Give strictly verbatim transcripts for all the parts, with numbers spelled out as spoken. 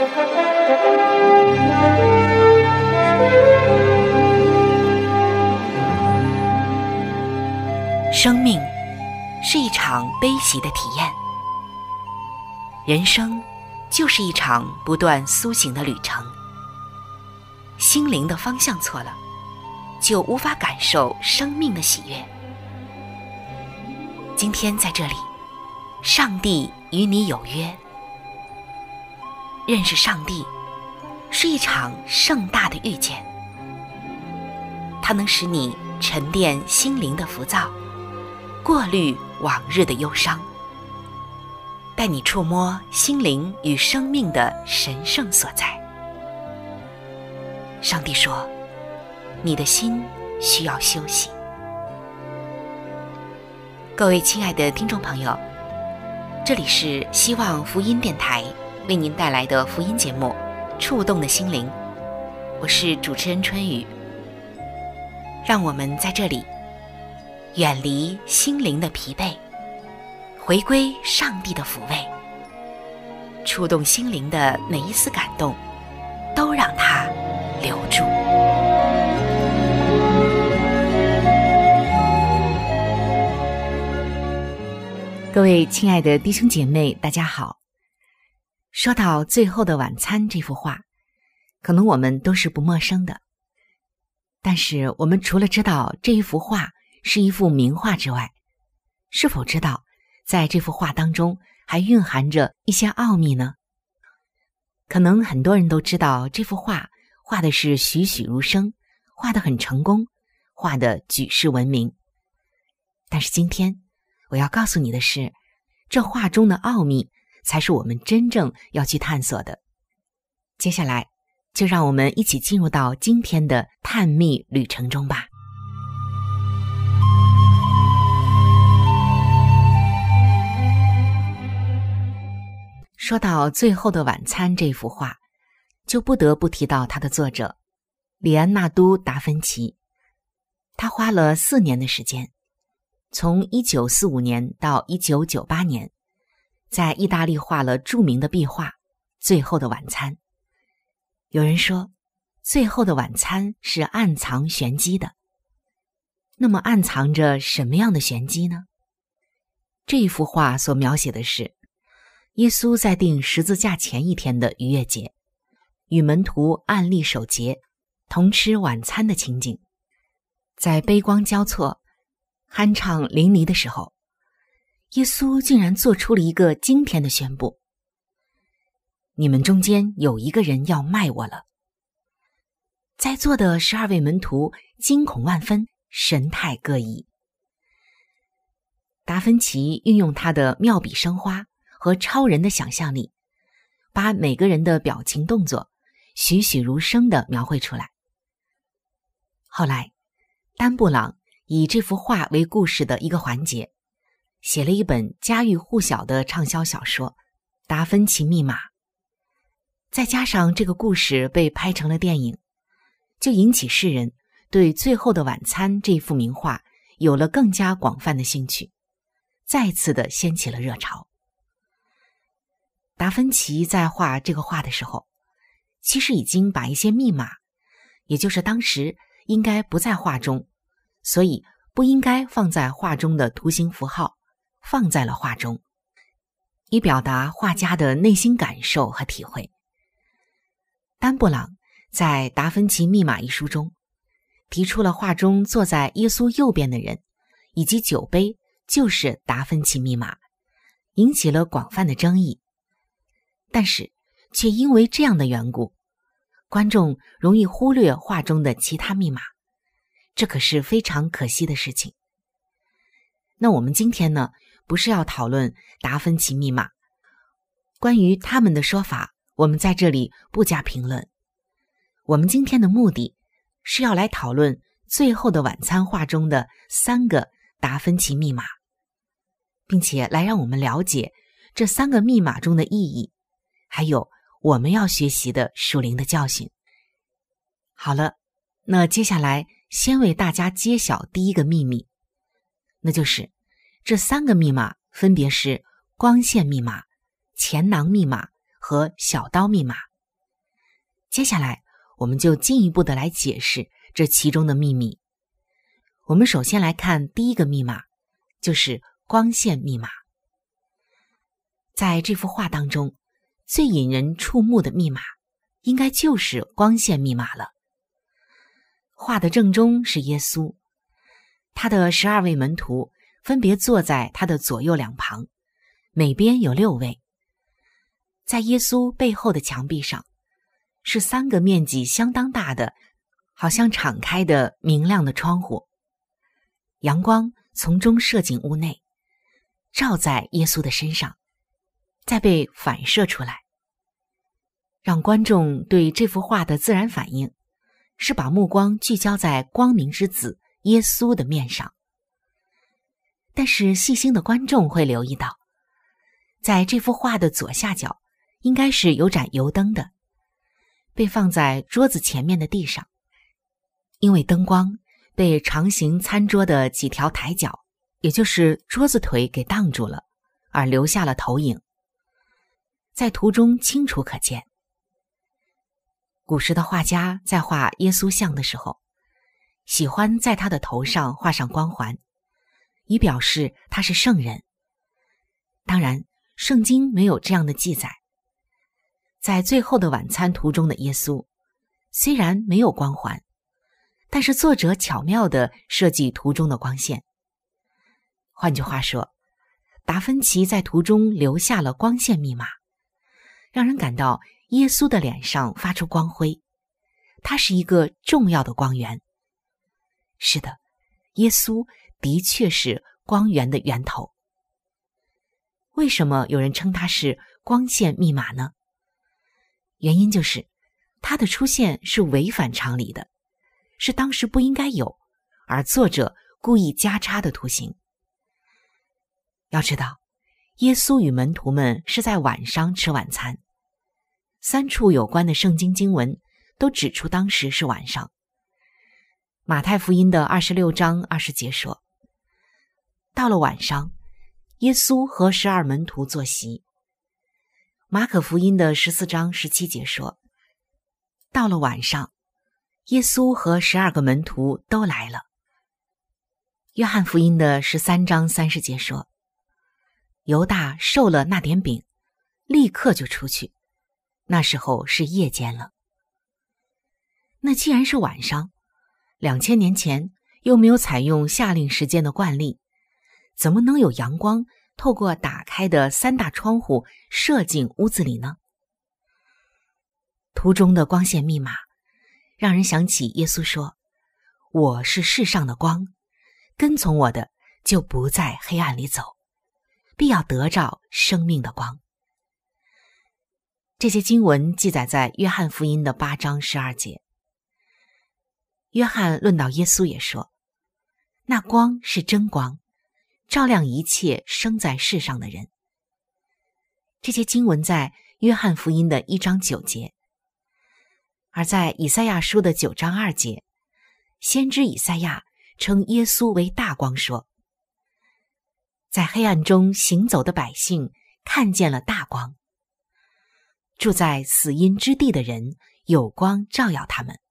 生命是一场悲喜的体验，人生就是一场不断苏醒的旅程。心灵的方向错了，就无法感受生命的喜悦。今天在这里，上帝与你有约。认识上帝是一场盛大的遇见，它能使你沉淀心灵的浮躁，过滤往日的忧伤，带你触摸心灵与生命的神圣所在。上帝说，你的心需要休息。各位亲爱的听众朋友，这里是希望福音电台为您带来的福音节目《触动的心灵》，我是主持人春雨。让我们在这里远离心灵的疲惫，回归上帝的抚慰，触动心灵的每一丝感动，都让它留住。各位亲爱的弟兄姐妹，大家好。说到《最后的晚餐》这幅画，可能我们都是不陌生的。但是我们除了知道这一幅画是一幅名画之外，是否知道在这幅画当中还蕴含着一些奥秘呢？可能很多人都知道这幅画画的是栩栩如生，画得很成功，画得举世闻名。但是今天我要告诉你的是，这画中的奥秘才是我们真正要去探索的。接下来就让我们一起进入到今天的探秘旅程中吧。说到《最后的晚餐》这幅画，就不得不提到它的作者里安纳都·达芬奇。他花了四年的时间，从一九四五年到一九九八年，在意大利画了著名的壁画《最后的晚餐》。有人说，《最后的晚餐》是暗藏玄机的。那么暗藏着什么样的玄机呢？这一幅画所描写的是耶稣在钉十字架前一天的逾越节，与门徒按例守节，同吃晚餐的情景。在杯光交错、酣畅淋漓的时候，耶稣竟然做出了一个惊天的宣布：你们中间有一个人要卖我了。在座的十二位门徒惊恐万分，神态各异。达芬奇运用他的妙笔生花和超人的想象力，把每个人的表情动作栩栩如生地描绘出来。后来丹布朗以这幅画为故事的一个环节，写了一本家喻户晓的畅销小说《达芬奇密码》。再加上这个故事被拍成了电影，就引起世人对《最后的晚餐》这幅名画有了更加广泛的兴趣，再次的掀起了热潮。达芬奇在画这个画的时候，其实已经把一些密码，也就是当时应该不在画中，所以不应该放在画中的图形符号，放在了画中，以表达画家的内心感受和体会。丹布朗在《达芬奇密码》一书中提出了画中坐在耶稣右边的人以及酒杯就是达芬奇密码，引起了广泛的争议。但是却因为这样的缘故，观众容易忽略画中的其他密码，这可是非常可惜的事情。那我们今天呢，不是要讨论达芬奇密码，关于他们的说法，我们在这里不加评论。我们今天的目的是要来讨论《最后的晚餐》画中的三个达芬奇密码，并且来让我们了解这三个密码中的意义，还有我们要学习的属灵的教训。好了，那接下来先为大家揭晓第一个秘密，那就是这三个密码分别是光线密码、钱囊密码和小刀密码。 接下来我们就进一步的来解释这其中的秘密。我们首先来看第一个密码，就是光线密码。在这幅画当中，最引人触目的密码应该就是光线密码了。画的正中是耶稣，他的十二位门徒分别坐在他的左右两旁，每边有六位。在耶稣背后的墙壁上是三个面积相当大的，好像敞开的明亮的窗户，阳光从中射进屋内，照在耶稣的身上，再被反射出来，让观众对这幅画的自然反应是把目光聚焦在光明之子耶稣的面上。但是细心的观众会留意到，在这幅画的左下角应该是有盏油灯的，被放在桌子前面的地上，因为灯光被长形餐桌的几条台角，也就是桌子腿给挡住了，而留下了投影，在图中清楚可见。古时的画家在画耶稣像的时候，喜欢在他的头上画上光环，以表示他是圣人。当然，圣经没有这样的记载。在最后的晚餐图中的耶稣，虽然没有光环，但是作者巧妙地设计图中的光线。换句话说，达芬奇在图中留下了光线密码，让人感到耶稣的脸上发出光辉，他是一个重要的光源。是的，耶稣的确是光源的源头。为什么有人称他是光线密码呢？原因就是它的出现是违反常理的，是当时不应该有，而作者故意加插的图形。要知道，耶稣与门徒们是在晚上吃晚餐，三处有关的圣经经文都指出当时是晚上。马太福音的二十六章二十节说，到了晚上，耶稣和十二门徒坐席。马可福音的十四章十七节说，到了晚上，耶稣和十二个门徒都来了。约翰福音的十三章三十节说，犹大受了那点饼，立刻就出去，那时候是夜间了。那既然是晚上，两千年前又没有采用夏令时间的惯例，怎么能有阳光透过打开的三大窗户射进屋子里呢？图中的光线密码让人想起耶稣说，我是世上的光，跟从我的就不在黑暗里走，必要得着生命的光。这些经文记载在约翰福音的八章十二节。约翰论到耶稣也说，那光是真光，照亮一切生在世上的人。这些经文在约翰福音的一章九节，而在以赛亚书的九章二节，先知以赛亚称耶稣为大光，说，在黑暗中行走的百姓看见了大光，住在死荫之地的人有光照耀他们。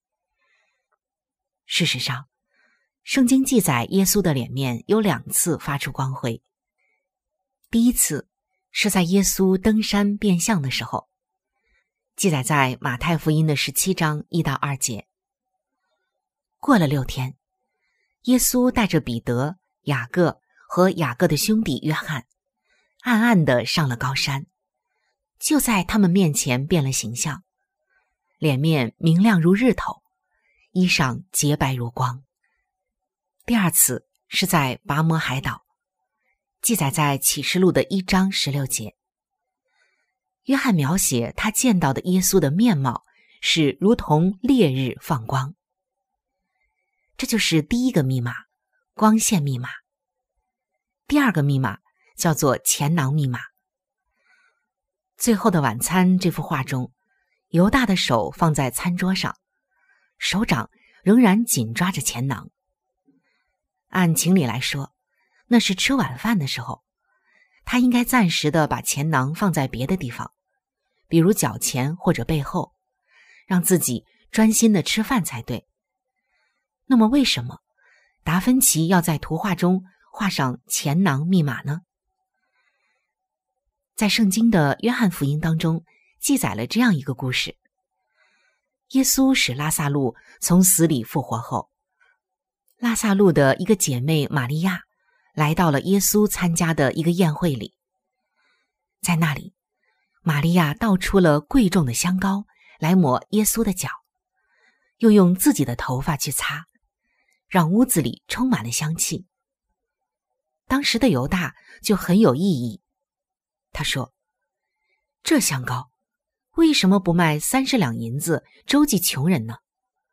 事实上，圣经记载耶稣的脸面有两次发出光辉。第一次是在耶稣登山变相的时候，记载在马太福音的十七章一到二节。过了六天，耶稣带着彼得、雅各和雅各的兄弟约翰，暗暗地上了高山，就在他们面前变了形象，脸面明亮如日头，衣裳洁白如光。第二次是在拔摩海岛，记载在启示录的一章十六节。约翰描写他见到的耶稣的面貌是如同烈日放光。这就是第一个密码，光线密码。第二个密码叫做钱囊密码。最后的晚餐这幅画中，犹大的手放在餐桌上，手掌仍然紧抓着钱囊。按情理来说，那是吃晚饭的时候，他应该暂时的把钱囊放在别的地方，比如脚前或者背后， 让自己专心的吃饭才对。那么为什么达芬奇要在图画中画上钱囊密码呢？在圣经的约翰福音当中记载了这样一个故事。耶稣使拉撒路从死里复活后，拉撒路的一个姐妹玛利亚来到了耶稣参加的一个宴会里。在那里，玛利亚倒出了贵重的香膏来抹耶稣的脚，又用自己的头发去擦，让屋子里充满了香气。当时的犹大就很有异议，他说：这香膏为什么不卖三十两银子周济穷人呢？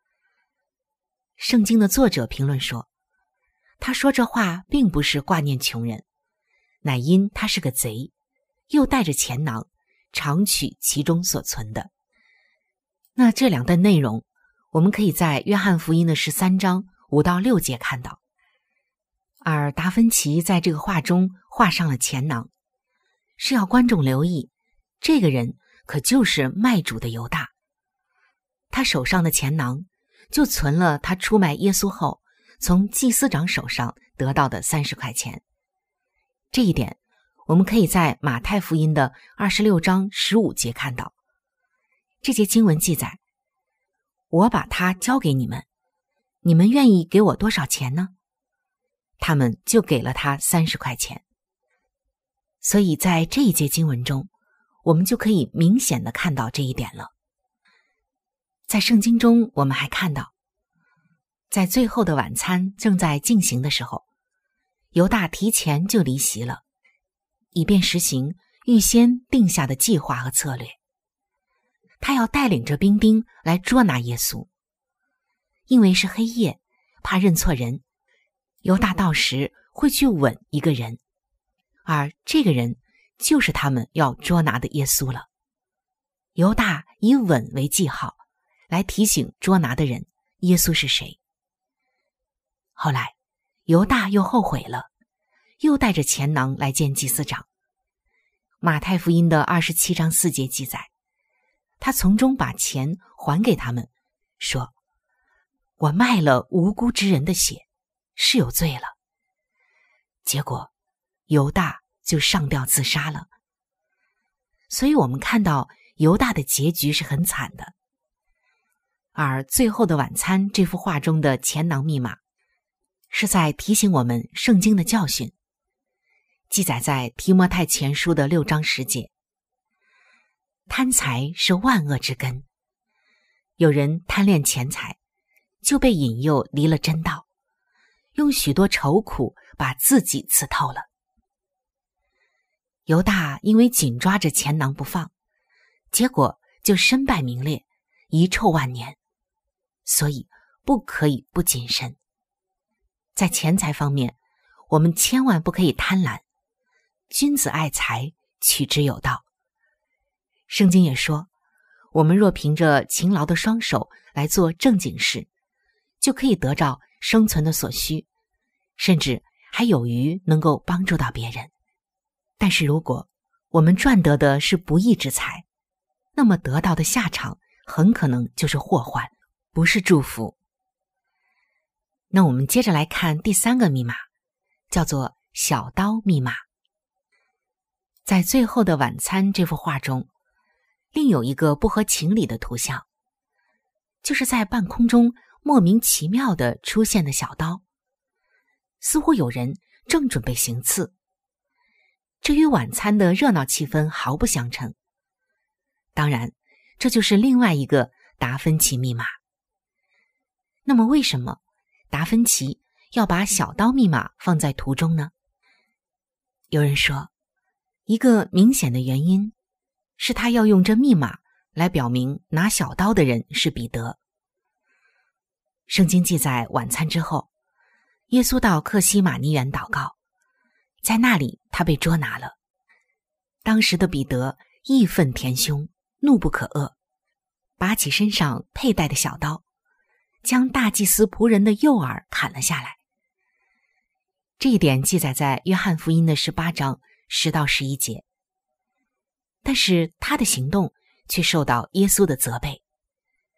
圣经的作者评论说，他说这话并不是挂念穷人，乃因他是个贼，又带着钱囊，常取其中所存的。那这两段内容我们可以在约翰福音的十三章五到六节看到。而达芬奇在这个画中画上了钱囊，是要观众留意，这个人可就是卖主的犹大。他手上的钱囊就存了他出卖耶稣后从祭司长手上得到的三十块钱。这一点我们可以在马太福音的二十六章十五节看到。这节经文记载，我把它交给你们，你们愿意给我多少钱呢？他们就给了他三十块钱。所以在这一节经文中，我们就可以明显地看到这一点了。在圣经中我们还看到，在最后的晚餐正在进行的时候，犹大提前就离席了，以便实行预先定下的计划和策略。他要带领着兵丁来捉拿耶稣。因为是黑夜，怕认错人，犹大到时会去吻一个人，而这个人就是他们要捉拿的耶稣了。犹大以吻为记号，来提醒捉拿的人耶稣是谁。后来犹大又后悔了，又带着钱囊来见祭司长。马太福音的二十七章四节记载，他从中把钱还给他们，说：我卖了无辜之人的血，是有罪了。结果犹大就上吊自杀了。所以我们看到犹大的结局是很惨的。而最后的晚餐这幅画中的钱囊密码，是在提醒我们圣经的教训，记载在提摩太前书的六章十节。贪财是万恶之根，有人贪恋钱财，就被引诱离了真道，用许多愁苦把自己刺透了。犹大因为紧抓着钱囊不放，结果就身败名裂，遗臭万年。所以不可以不谨慎。在钱财方面，我们千万不可以贪婪。君子爱财，取之有道。圣经也说，我们若凭着勤劳的双手来做正经事，就可以得到生存的所需，甚至还有余能够帮助到别人。但是如果我们赚得的是不义之财，那么得到的下场很可能就是祸患，不是祝福。那我们接着来看第三个密码，叫做小刀密码。在最后的晚餐这幅画中，另有一个不合情理的图像，就是在半空中莫名其妙地出现的小刀，似乎有人正准备行刺。这与晚餐的热闹气氛毫不相称。当然，这就是另外一个达芬奇密码。那么为什么达芬奇要把小刀密码放在图中呢？有人说，一个明显的原因是他要用这密码来表明拿小刀的人是彼得。圣经记载，晚餐之后，耶稣到客西马尼园祷告，在那里他被捉拿了。当时的彼得义愤填胸，怒不可遏，拔起身上佩戴的小刀，将大祭司仆人的右耳砍了下来。这一点记载在约翰福音的十八章十到十一节。但是他的行动却受到耶稣的责备。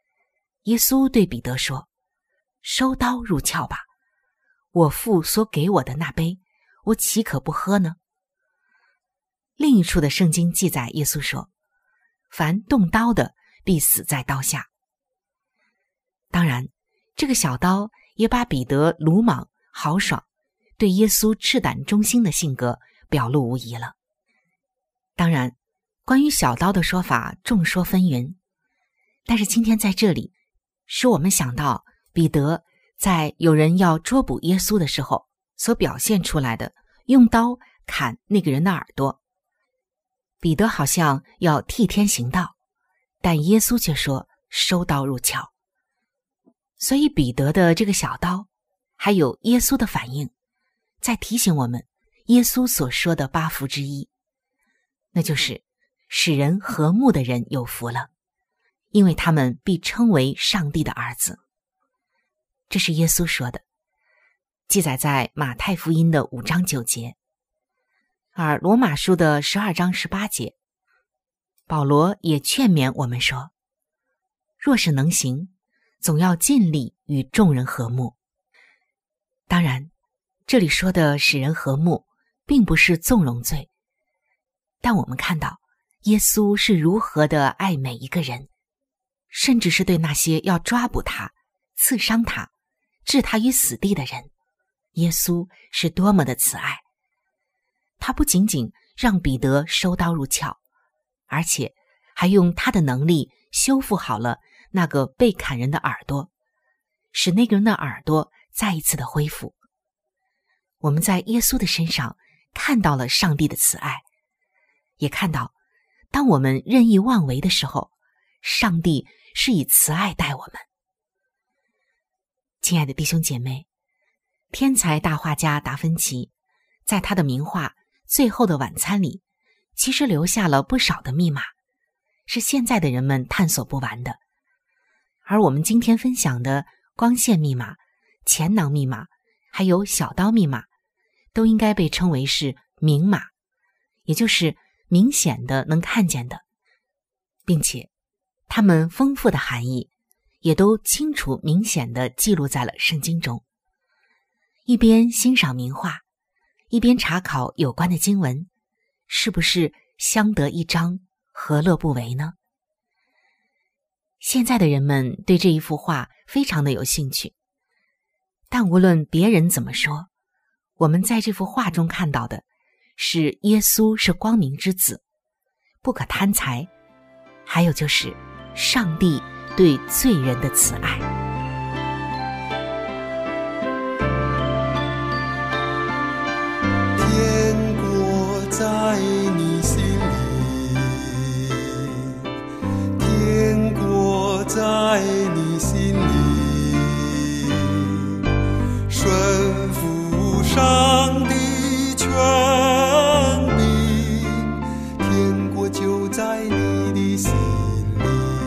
耶稣对彼得说：收刀入鞘吧，我父所给我的那杯，我岂可不喝呢？另一处的圣经记载，耶稣说：凡动刀的，必死在刀下。当然，这个小刀也把彼得鲁莽豪爽，对耶稣赤胆忠心的性格表露无遗了。当然，关于小刀的说法众说纷纭，但是今天在这里使我们想到彼得在有人要捉捕耶稣的时候所表现出来的用刀砍那个人的耳朵。彼得好像要替天行道，但耶稣却说收刀入鞘。所以彼得的这个小刀还有耶稣的反应，在提醒我们耶稣所说的八福之一，那就是使人和睦的人有福了，因为他们必称为上帝的儿子。这是耶稣说的，记载在马太福音的五章九节。而罗马书的十二章十八节，保罗也劝勉我们说：若是能行，总要尽力与众人和睦。当然，这里说的使人和睦，并不是纵容罪，但我们看到耶稣是如何的爱每一个人，甚至是对那些要抓捕他、刺伤他、置他于死地的人，耶稣是多么的慈爱。他不仅仅让彼得收刀入鞘，而且还用他的能力修复好了那个被砍人的耳朵，使那个人的耳朵再一次的恢复。我们在耶稣的身上看到了上帝的慈爱，也看到当我们任意妄为的时候，上帝是以慈爱待我们。亲爱的弟兄姐妹，天才大画家达芬奇在他的名画《最后的晚餐》里，其实留下了不少的密码，是现在的人们探索不完的。而我们今天分享的光线密码、钱囊密码，还有小刀密码，都应该被称为是明码，也就是明显的能看见的，并且它们丰富的含义也都清楚明显地记录在了圣经中。一边欣赏名画，一边查考有关的经文，是不是相得益彰，何乐不为呢？现在的人们对这一幅画非常的有兴趣，但无论别人怎么说，我们在这幅画中看到的是耶稣是光明之子，不可贪财，还有就是上帝对罪人的慈爱。 天国在你心里，天国在你心里，顺服上帝权柄，天国就在你的心里。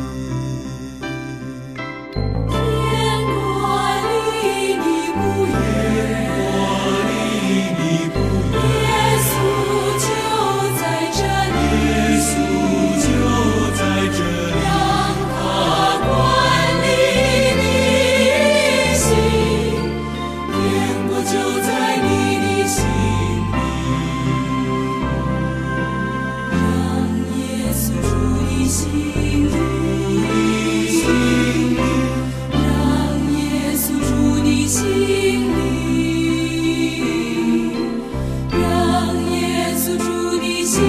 天国离你不远，天国离你不远，耶稣就在这里，耶稣就在这里，让他管理你心，天国就在你的心里，让耶稣住你心里，让耶稣住你心里，让耶稣住你心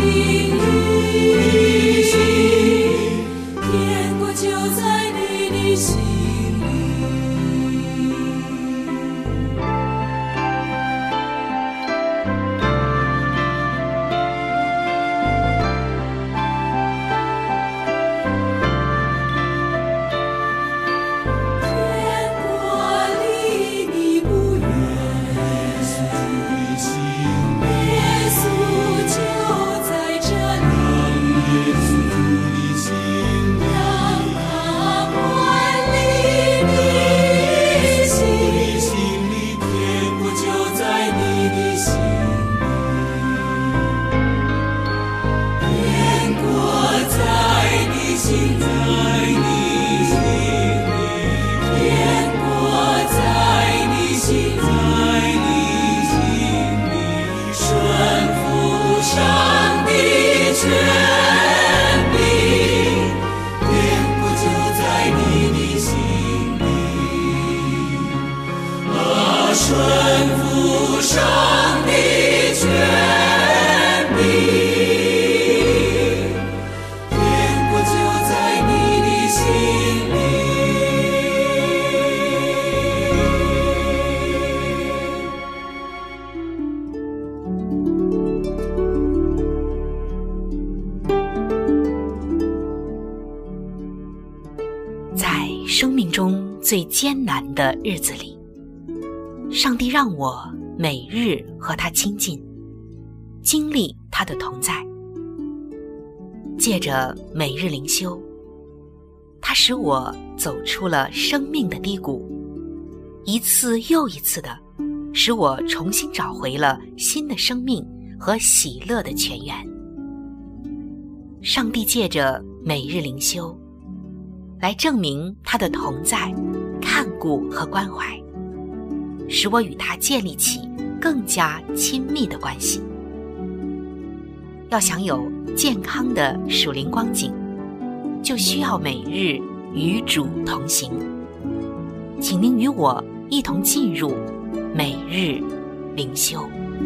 里，天国就在你的心里。天国离你不远，耶稣就在这里，让他管理你心，天国就在你的心里，天国在你心里，在你心里。 最艰难的日子里，上帝让我每日和他亲近，经历他的同在。借着每日灵修，他使我走出了生命的低谷，一次又一次的使我重新找回了新的生命和喜乐的泉源。上帝借着每日灵修来证明他的同在、看顾和关怀，使我与他建立起更加亲密的关系。要享有健康的属灵光景，就需要每日与主同行。请您与我一同进入每日灵修。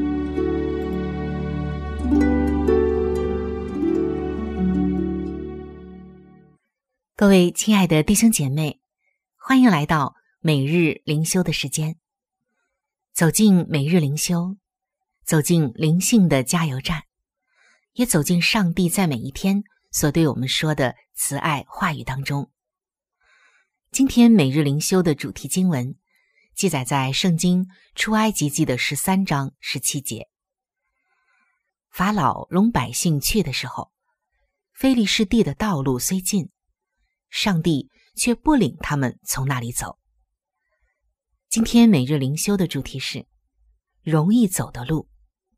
各位亲爱的弟兄姐妹，欢迎来到每日灵修的时间。走进每日灵修，走进灵性的加油站，也走进上帝在每一天所对我们说的慈爱话语当中。今天每日灵修的主题经文记载在圣经出埃及记的十三章十七节。法老容百姓去的时候，非利士地的道路虽近，上帝却不领他们从那里走。今天每日灵修的主题是容易走的路。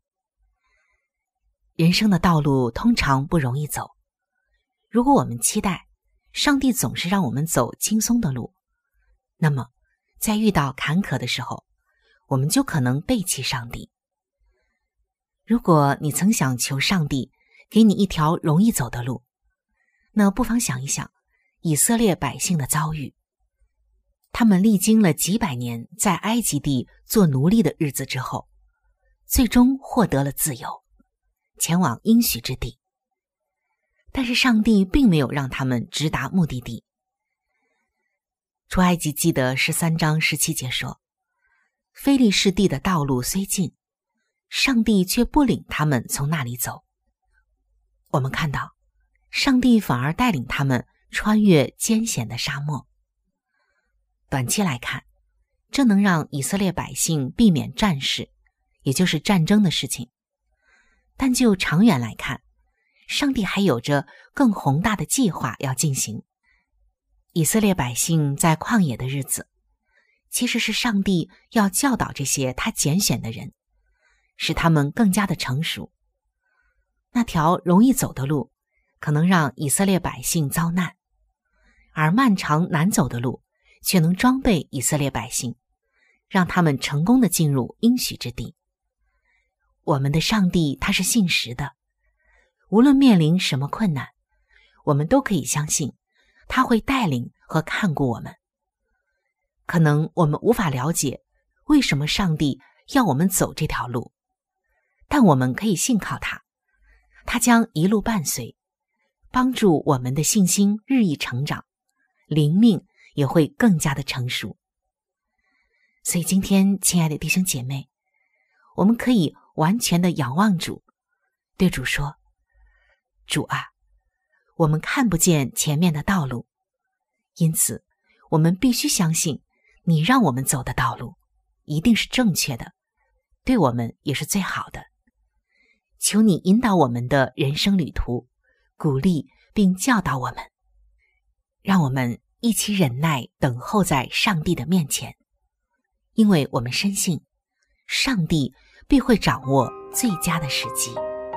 人生的道路通常不容易走，如果我们期待上帝总是让我们走轻松的路，那么在遇到坎坷的时候，我们就可能背弃上帝。如果你曾想求上帝给你一条容易走的路，那不妨想一想以色列百姓的遭遇。他们历经了几百年在埃及地做奴隶的日子之后，最终获得了自由，前往应许之地。但是上帝并没有让他们直达目的地。出埃及记的十三章十七节说，非利士地的道路虽近，上帝却不领他们从那里走。我们看到上帝反而带领他们穿越艰险的沙漠。短期来看，这能让以色列百姓避免战事，也就是战争的事情。但就长远来看，上帝还有着更宏大的计划要进行。以色列百姓在旷野的日子，其实是上帝要教导这些他拣选的人，使他们更加的成熟。那条容易走的路可能让以色列百姓遭难，而漫长难走的路却能装备以色列百姓，让他们成功的进入应许之地。我们的上帝他是信实的，无论面临什么困难，我们都可以相信他会带领和看顾我们。可能我们无法了解为什么上帝要我们走这条路，但我们可以信靠他，他将一路伴随，帮助我们的信心日益成长，灵命也会更加的成熟。所以今天亲爱的弟兄姐妹，我们可以完全的仰望主，对主说，主啊，我们看不见前面的道路，因此我们必须相信你让我们走的道路一定是正确的，对我们也是最好的。求你引导我们的人生旅途，鼓励并教导我们，让我们一起忍耐等候在上帝的面前，因为我们深信上帝必会掌握最佳的时机。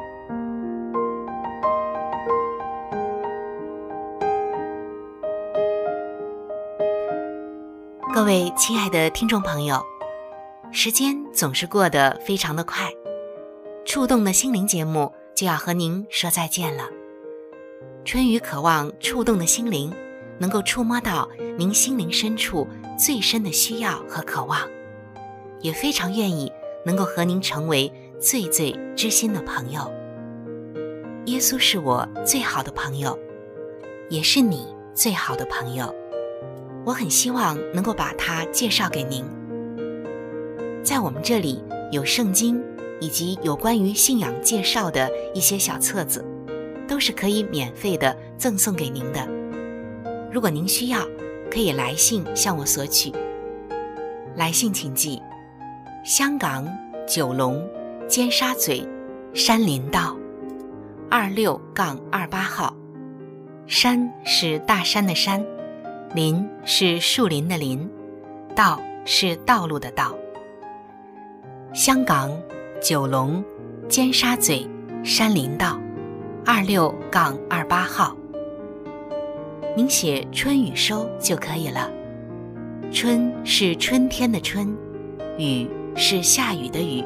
各位亲爱的听众朋友，时间总是过得非常的快，触动的心灵节目就要和您说再见了。春雨渴望触动的心灵能够触摸到您心灵深处最深的需要和渴望，也非常愿意能够和您成为最最知心的朋友。耶稣是我最好的朋友，也是你最好的朋友。我很希望能够把他介绍给您。在我们这里有圣经以及有关于信仰介绍的一些小册子，都是可以免费的赠送给您的。如果您需要， 可以来信向我索取。来信请寄香港九龙尖沙咀山林道二六杠二八号。山是大山的山，林是树林的林，道是道路的道。香港九龙尖沙咀山林道二六杠二八号。您写春雨收就可以了。春是春天的春，雨是下雨的雨。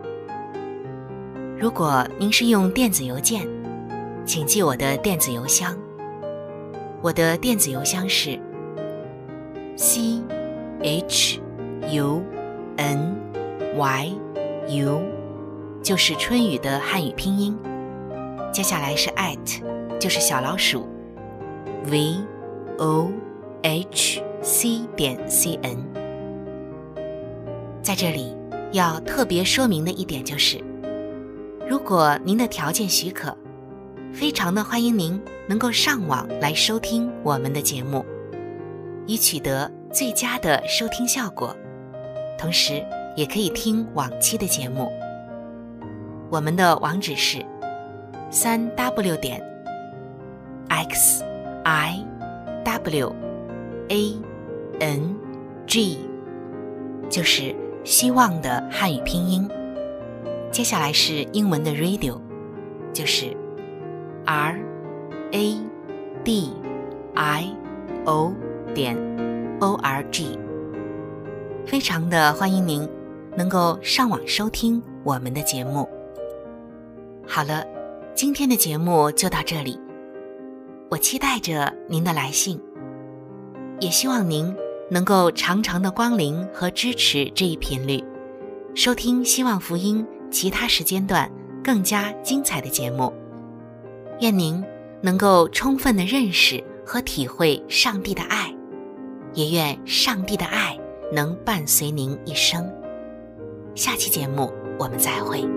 如果您是用电子邮件，请寄我的电子邮箱。我的电子邮箱是 c h u n y u， 就是春雨的汉语拼音，接下来是 at， 就是小老鼠 v o h c 点 c n。 在这里要特别说明的一点就是，如果您的条件许可，非常的欢迎您能够上网来收听我们的节目，以取得最佳的收听效果，同时也可以听往期的节目。我们的网址是 三 w 点 x i w a n g， 就是希望的汉语拼音。接下来是英文的 radio， 就是 r a d i o 点 o r g。 非常的欢迎您能够上网收听我们的节目。好了，今天的节目就到这里，我期待着您的来信，也希望您能够常常的光临和支持这一频率，收听希望福音其他时间段更加精彩的节目。愿您能够充分的认识和体会上帝的爱，也愿上帝的爱能伴随您一生。下期节目我们再会。